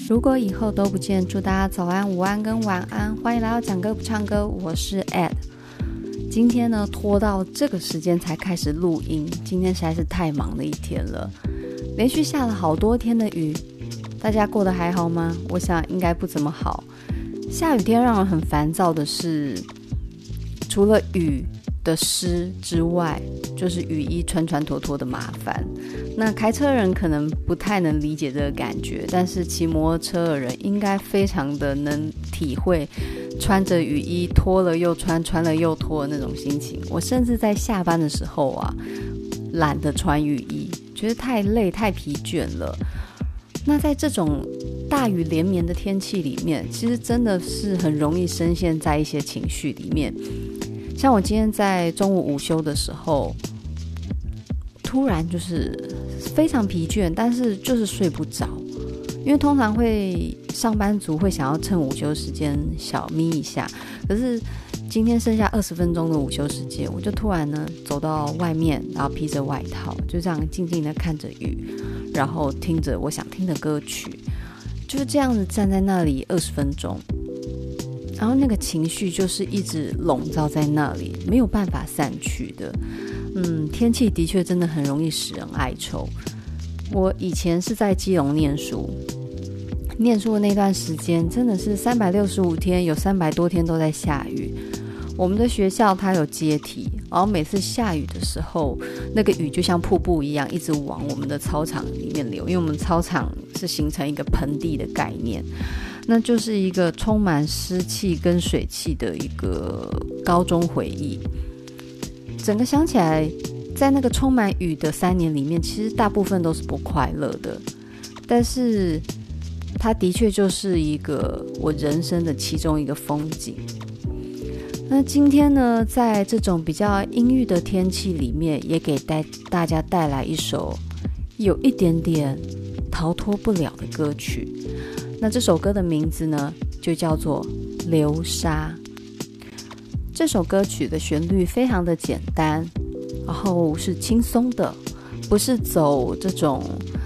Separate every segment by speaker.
Speaker 1: 如果以后都不见，祝大家早安、午安跟晚安。欢迎来到讲歌不唱歌，我是 Ed。今天呢，拖到这个时间才开始录音，今天实在是太忙的一天了，连续下了好多天的雨，大家过得还好吗？我想应该不怎么好。下雨天让人很烦躁的是，除了雨的湿之外，就是雨衣穿脱脱的麻烦。那开车人可能不太能理解这个感觉，但是骑摩托车的人应该非常的能体会穿着雨衣脱了又穿，穿了又脱的那种心情。我甚至在下班的时候啊，懒得穿雨衣，觉得太累太疲倦了。那在这种大雨连绵的天气里面，其实真的是很容易深陷在一些情绪里面。像我今天在中午午休的时候，突然就是非常疲倦，但是就是睡不着，因为通常上班族会想要趁午休时间小眯一下，可是今天剩下20分钟的午休时间，我就突然呢走到外面，然后披着外套，就这样静静的看着雨，然后听着我想听的歌曲，就是这样子站在那里20分钟，然后那个情绪就是一直笼罩在那里，没有办法散去的。天气的确真的很容易使人哀愁。我以前是在基隆念书的那段时间，真的是365天有300多天都在下雨。我们的学校它有阶梯，然后每次下雨的时候，那个雨就像瀑布一样一直往我们的操场里面流，因为我们操场是形成一个盆地的概念，那就是一个充满湿气跟水汽的一个高中回忆。整个想起来，在那个充满雨的3年里面，其实大部分都是不快乐的，但是它的确就是一个我人生的其中一个风景。那今天呢，在这种比较阴郁的天气里面，也给大家带来一首有一点点逃脱不了的歌曲。那这首歌的名字呢，就叫做《流沙》。这首歌曲的旋律非常的简单，然后是轻松的，不是走这种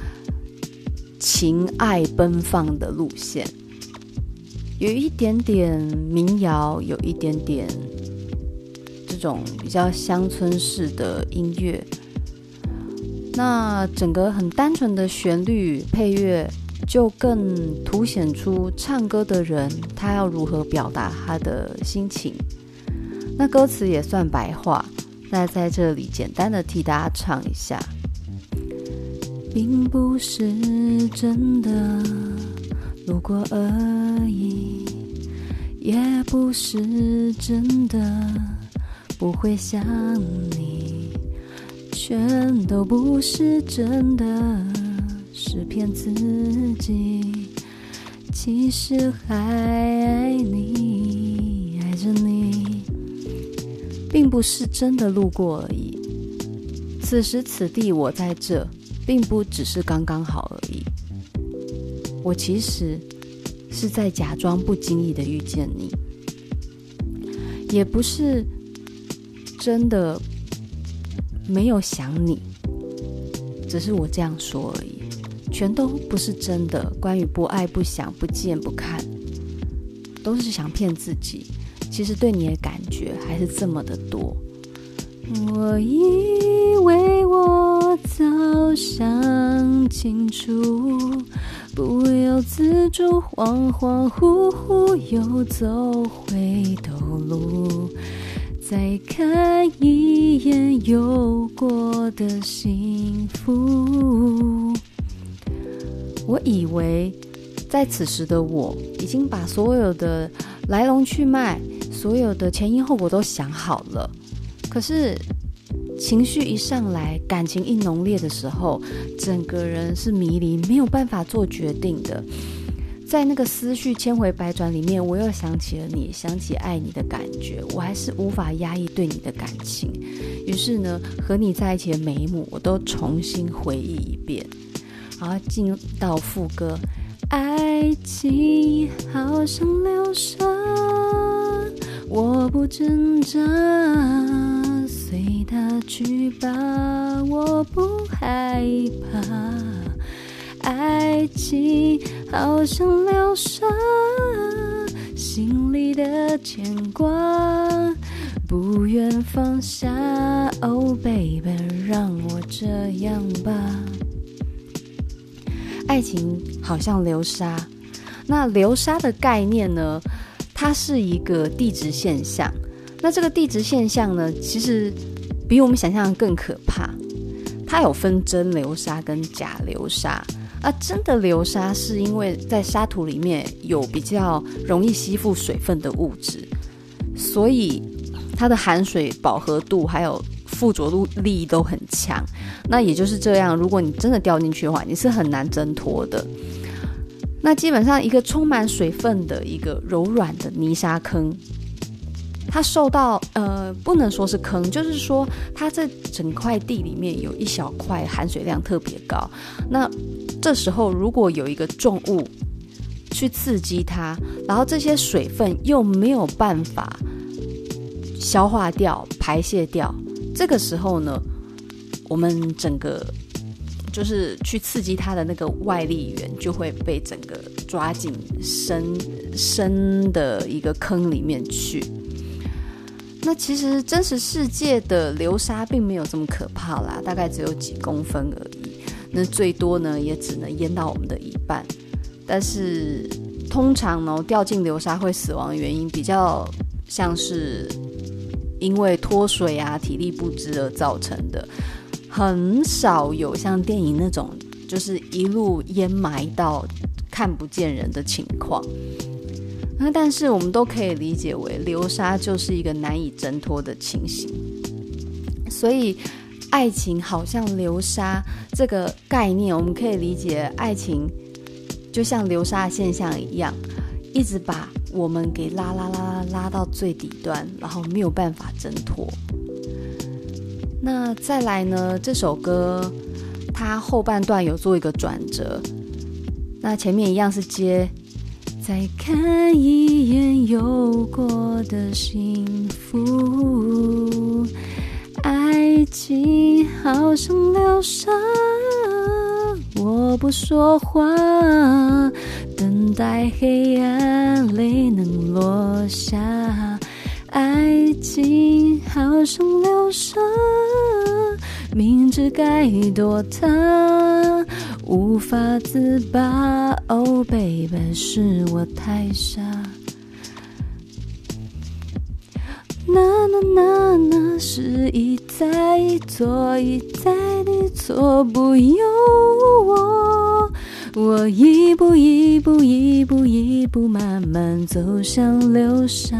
Speaker 1: 情爱奔放的路线，有一点点民谣，有一点点这种比较乡村式的音乐。那整个很单纯的旋律配乐，就更凸显出唱歌的人他要如何表达他的心情。那歌词也算白话，那在这里简单的替大家唱一下。并不是真的路过而已，也不是真的不会想你，全都不是真的，是骗自己，其实还爱你，爱着你，并不是真的路过而已。此时此地我在这，并不只是刚刚好而已，我其实是在假装不经意的遇见你，也不是真的没有想你，只是我这样说而已，全都不是真的。关于不爱不想不见不看，都是想骗自己，其实对你的感觉还是这么的多。我以为我早想清楚，不由自主恍恍惚惚又走回头路，再看一眼有过的幸福。我以为在此时的我已经把所有的来龙去脉，所有的前因后果都想好了，可是情绪一上来，感情一浓烈的时候，整个人是迷离，没有办法做决定的。在那个思绪千回百转里面，我又想起了你，想起爱你的感觉，我还是无法压抑对你的感情。于是呢，和你在一起的每一幕，我都重新回忆一遍，然后进到副歌。爱情好像流沙，我不挣扎，随它去吧，我不害怕。爱情好像流沙，心里的牵挂不愿放下。Oh baby， 让我这样吧。爱情好像流沙，那流沙的概念呢，它是一个地质现象。那这个地质现象呢，其实比我们想象的更可怕。它有分真流沙跟假流沙。真的流沙是因为在沙土里面有比较容易吸附水分的物质，所以它的含水饱和度还有附着力都很强。那也就是这样，如果你真的掉进去的话，你是很难挣脱的。那基本上一个充满水分的一个柔软的泥沙坑，它受到不能说是坑，就是说它这整块地里面有一小块含水量特别高。那这时候如果有一个重物去刺激它，然后这些水分又没有办法消化掉排泄掉，这个时候呢，我们整个就是去刺激它的那个外力源就会被整个抓进深的一个坑里面去。那其实真实世界的流沙并没有这么可怕啦，大概只有几公分而已，那最多呢也只能淹到我们的一半。但是通常呢，掉进流沙会死亡的原因比较像是因为脱水啊、体力不支而造成的，很少有像电影那种就是一路淹埋到看不见人的情况。那但是我们都可以理解为流沙就是一个难以挣脱的情形。所以爱情好像流沙这个概念，我们可以理解爱情就像流沙的现象一样，一直把我们给拉到最底端，然后没有办法挣脱。那再来呢，这首歌它后半段有做一个转折，那前面一样是接再看一眼有过的幸福，爱情好像流沙，我不说话，等待黑暗泪能落下。爱情好像流沙，明知该躲它，无法自拔。Oh baby， 是我太傻。那是一再一错，一再的错，不由我一步慢慢走向流沙。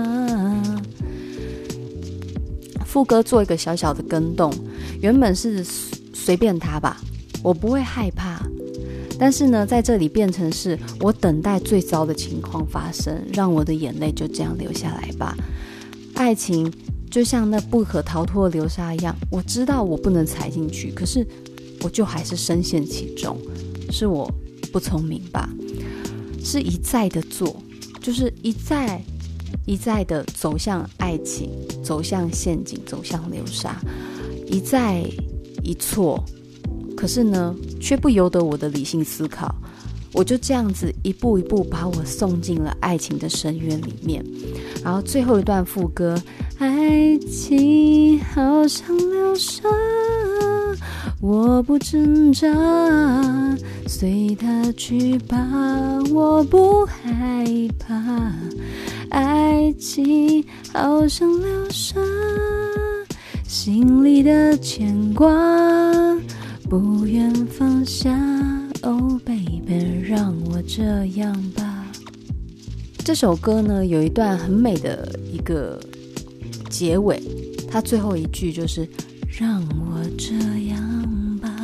Speaker 1: 副歌做一个小小的更动，原本是随便它吧，我不会害怕，但是呢，在这里变成是我等待最糟的情况发生，让我的眼泪就这样流下来吧。爱情就像那不可逃脱的流沙一样，我知道我不能踩进去，可是我就还是深陷其中。是我不聪明吧？是一再的做，就是一再的走向爱情，走向陷阱，走向流沙，一再一错，可是呢，却不由得我的理性思考，我就这样子一步一步把我送进了爱情的深渊里面。然后最后一段副歌，爱情好像流沙，我不挣扎，随它去吧，我不害怕。爱情好像流沙，心里的牵挂不愿放下。Oh baby， 让我这样吧。这首歌呢，有一段很美的一个结尾，它最后一句就是让我这样吧。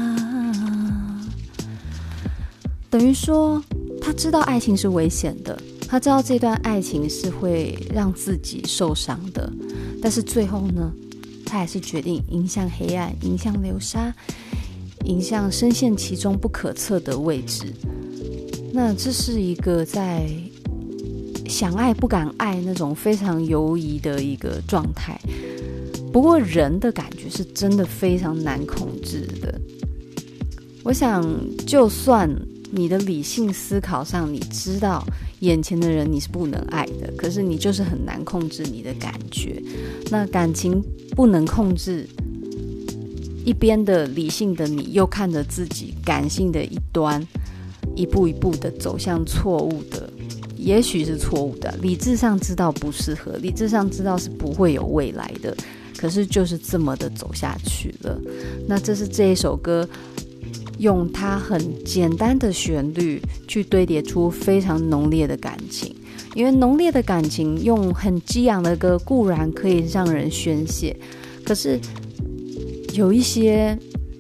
Speaker 1: 等于说他知道爱情是危险的，他知道这段爱情是会让自己受伤的，但是最后呢，他还是决定迎向黑暗，迎向流沙，迎向深陷其中不可测的位置。那这是一个在想爱不敢爱那种非常犹疑的一个状态。不过人的感觉是真的非常难控制的。我想就算你的理性思考上，你知道眼前的人你是不能爱的，可是你就是很难控制你的感觉。那感情不能控制，一边的理性的你又看着自己感性的一端，一步一步的走向错误的，也许是错误的，理智上知道不适合，理智上知道是不会有未来的，可是就是这么的走下去了。那这是这一首歌用它很简单的旋律去堆叠出非常浓烈的感情，因为浓烈的感情用很激昂的歌固然可以让人宣泄，可是有一些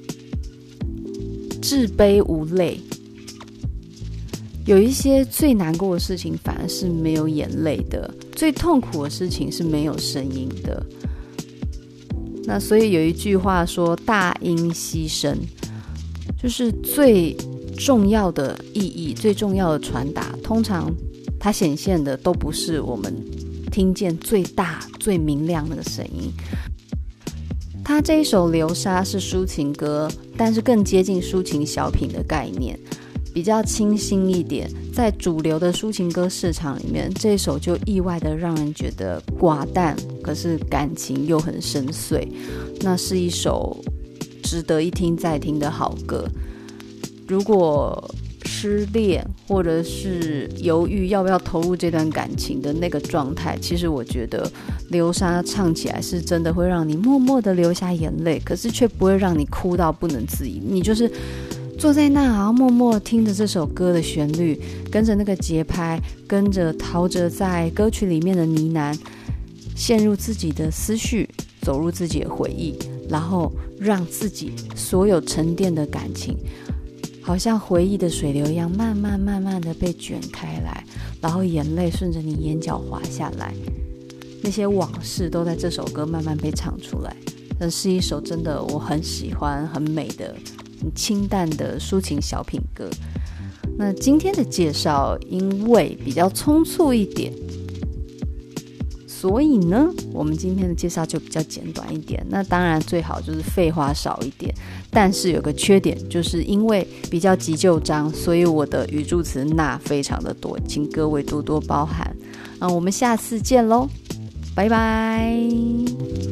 Speaker 1: 至悲无泪，有一些最难过的事情反而是没有眼泪的，最痛苦的事情是没有声音的。那所以有一句话说大音牺牲，就是最重要的意义，最重要的传达，通常它显现的都不是我们听见最大最明亮那个声音。它这一首流沙是抒情歌，但是更接近抒情小品的概念，比较清新一点。在主流的抒情歌市场里面，这一首就意外的让人觉得寡淡，可是感情又很深邃。那是一首值得一听再听的好歌。如果失恋或者是犹豫要不要投入这段感情的那个状态，其实我觉得流沙唱起来是真的会让你默默的流下眼泪，可是却不会让你哭到不能自已。你就是坐在那，好像默默听着这首歌的旋律，跟着那个节拍，跟着陶喆在歌曲里面的呢喃，陷入自己的思绪，走入自己的回忆，然后让自己所有沉淀的感情好像回忆的水流一样，慢慢的被卷开来，然后眼泪顺着你眼角滑下来，那些往事都在这首歌慢慢被唱出来。这是一首真的我很喜欢很美的很清淡的抒情小品歌。那今天的介绍因为比较匆促一点，所以呢我们今天的介绍就比较简短一点。那当然最好就是废话少一点，但是有个缺点，就是因为比较急就章，所以我的语助词那非常的多，请各位多多包涵。我们下次见咯，拜拜。